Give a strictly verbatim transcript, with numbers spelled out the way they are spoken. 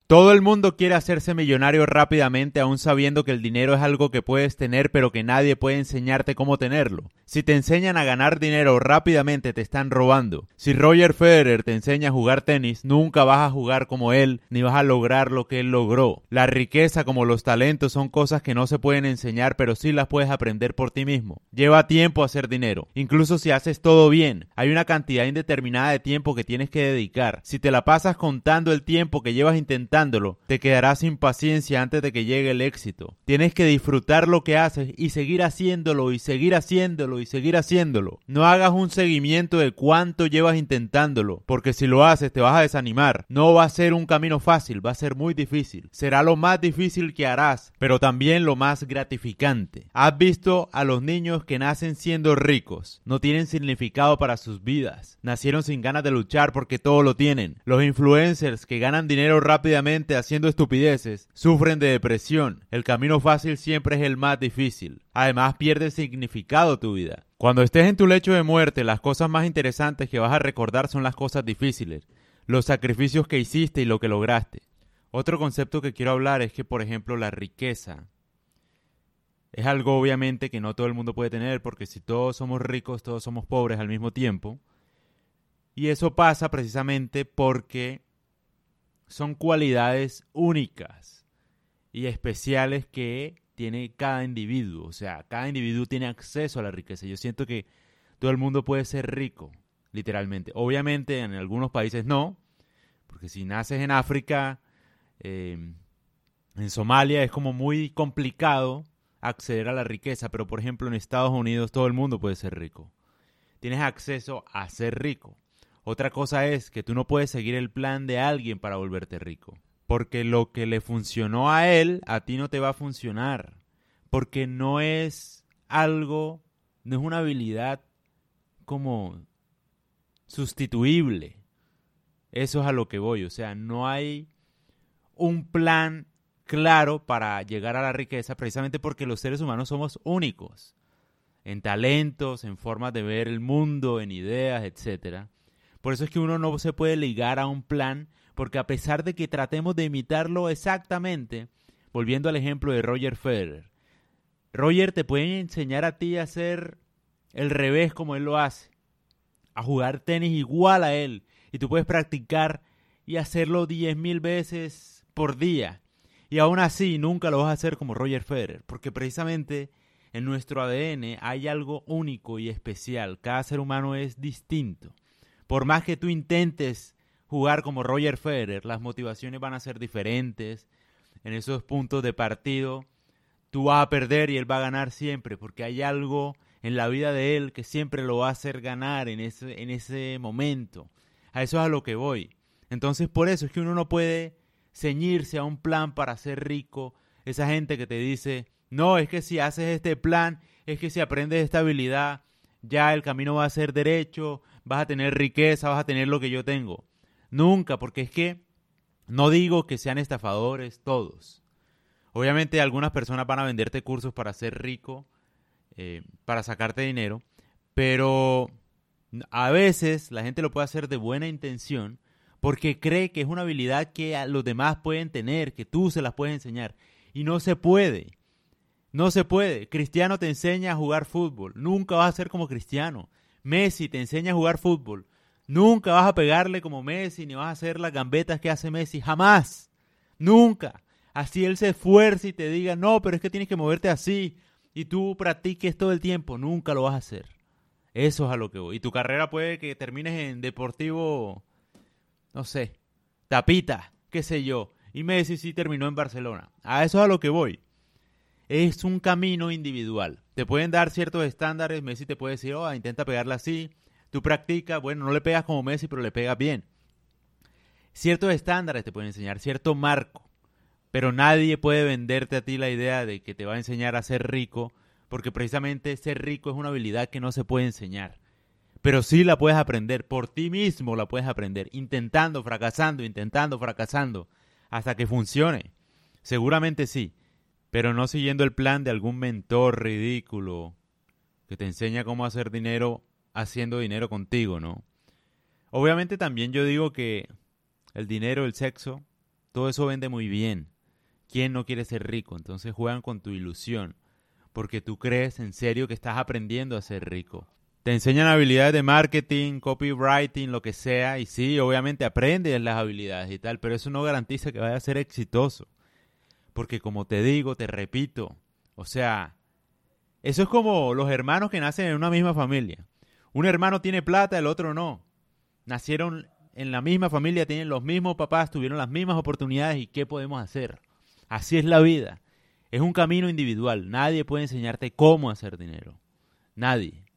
Todo el mundo quiere hacerse millonario rápidamente, aún sabiendo que el dinero es algo que puedes tener, pero que nadie puede enseñarte cómo tenerlo. Si te enseñan a ganar dinero rápidamente, te están robando. Si Roger Federer te enseña a jugar tenis, nunca vas a jugar como él, ni vas a lograr lo que él logró. La riqueza, como los talentos, son cosas que no se pueden enseñar, pero sí las puedes aprender por ti mismo. Lleva tiempo hacer dinero. Incluso si haces todo bien, hay una cantidad indeterminada de tiempo que tienes que dedicar. Si te la pasas contando el tiempo que llevas intentando, te quedarás sin paciencia antes de que llegue el éxito. Tienes que disfrutar lo que haces y seguir haciéndolo y seguir haciéndolo y seguir haciéndolo. No hagas un seguimiento de cuánto llevas intentándolo, porque si lo haces te vas a desanimar. No va a ser un camino fácil, va a ser muy difícil. Será lo más difícil que harás, pero también lo más gratificante. ¿Has visto a los niños que nacen siendo ricos? No tienen significado para sus vidas. Nacieron sin ganas de luchar porque todo lo tienen. Los influencers que ganan dinero rápidamente haciendo estupideces sufren de depresión. El camino fácil siempre es el más difícil. Además, pierde significado tu vida. Cuando estés en tu lecho de muerte, las cosas más interesantes que vas a recordar son las cosas difíciles, los sacrificios que hiciste y lo que lograste. Otro concepto que quiero hablar es que, por ejemplo, la riqueza es algo obviamente que no todo el mundo puede tener, porque si todos somos ricos, todos somos pobres al mismo tiempo. Y eso pasa precisamente porque son cualidades únicas y especiales que tiene cada individuo. O sea, cada individuo tiene acceso a la riqueza. Yo siento que todo el mundo puede ser rico, literalmente. Obviamente en algunos países no, porque si naces en África, eh, en Somalia es como muy complicado acceder a la riqueza. Pero por ejemplo en Estados Unidos todo el mundo puede ser rico. Tienes acceso a ser rico. Otra cosa es que tú no puedes seguir el plan de alguien para volverte rico. Porque lo que le funcionó a él, a ti no te va a funcionar. Porque no es algo, no es una habilidad como sustituible. Eso es a lo que voy. O sea, no hay un plan claro para llegar a la riqueza, precisamente porque los seres humanos somos únicos. En talentos, en formas de ver el mundo, en ideas, etcétera. Por eso es que uno no se puede ligar a un plan, porque a pesar de que tratemos de imitarlo exactamente, volviendo al ejemplo de Roger Federer, Roger te puede enseñar a ti a hacer el revés como él lo hace, a jugar tenis igual a él, y tú puedes practicar y hacerlo diez mil veces por día, y aún así nunca lo vas a hacer como Roger Federer, porque precisamente en nuestro A D N hay algo único y especial. Cada ser humano es distinto. Por más que tú intentes jugar como Roger Federer, las motivaciones van a ser diferentes. En esos puntos de partido, tú vas a perder y él va a ganar siempre, porque hay algo en la vida de él que siempre lo va a hacer ganar en ese, en ese momento. A eso es a lo que voy. Entonces, por eso es que uno no puede ceñirse a un plan para ser rico. Esa gente que te dice, no, es que si haces este plan, es que si aprendes esta habilidad, ya el camino va a ser derecho, vas a tener riqueza, vas a tener lo que yo tengo. Nunca, porque es que no digo que sean estafadores todos. Obviamente algunas personas van a venderte cursos para ser rico, eh, para sacarte dinero, pero a veces la gente lo puede hacer de buena intención porque cree que es una habilidad que los demás pueden tener, que tú se las puedes enseñar. Y no se puede. No se puede. Cristiano te enseña a jugar fútbol. Nunca vas a ser como Cristiano. Messi te enseña a jugar fútbol. Nunca vas a pegarle como Messi, ni vas a hacer las gambetas que hace Messi. Jamás. Nunca. Así él se esfuerza y te diga, no, pero es que tienes que moverte así. Y tú practiques todo el tiempo. Nunca lo vas a hacer. Eso es a lo que voy. Y tu carrera puede que termines en Deportivo, no sé, Tapita, qué sé yo. Y Messi sí terminó en Barcelona. A eso es a lo que voy. Es un camino individual. Te pueden dar ciertos estándares. Messi te puede decir, oh, intenta pegarla así. Tú practicas, bueno, no le pegas como Messi, pero le pegas bien. Ciertos estándares te pueden enseñar, cierto marco. Pero nadie puede venderte a ti la idea de que te va a enseñar a ser rico, porque precisamente ser rico es una habilidad que no se puede enseñar. Pero sí la puedes aprender, por ti mismo la puedes aprender, intentando, fracasando, intentando, fracasando, hasta que funcione. Seguramente sí. Pero no siguiendo el plan de algún mentor ridículo que te enseña cómo hacer dinero haciendo dinero contigo, ¿no? Obviamente también yo digo que el dinero, el sexo, Todo eso vende muy bien. ¿Quién no quiere ser rico? Entonces juegan con tu ilusión, porque tú crees en serio que estás aprendiendo a ser rico. Te enseñan habilidades de marketing, copywriting, lo que sea, y sí, obviamente aprendes las habilidades y tal, pero eso no garantiza que vayas a ser exitoso. Porque como te digo, te repito, o sea, eso es como los hermanos que nacen en una misma familia. Un hermano tiene plata, el otro no. Nacieron en la misma familia, tienen los mismos papás, tuvieron las mismas oportunidades, ¿y qué podemos hacer? Así es la vida. Es un camino individual. Nadie puede enseñarte cómo hacer dinero. Nadie.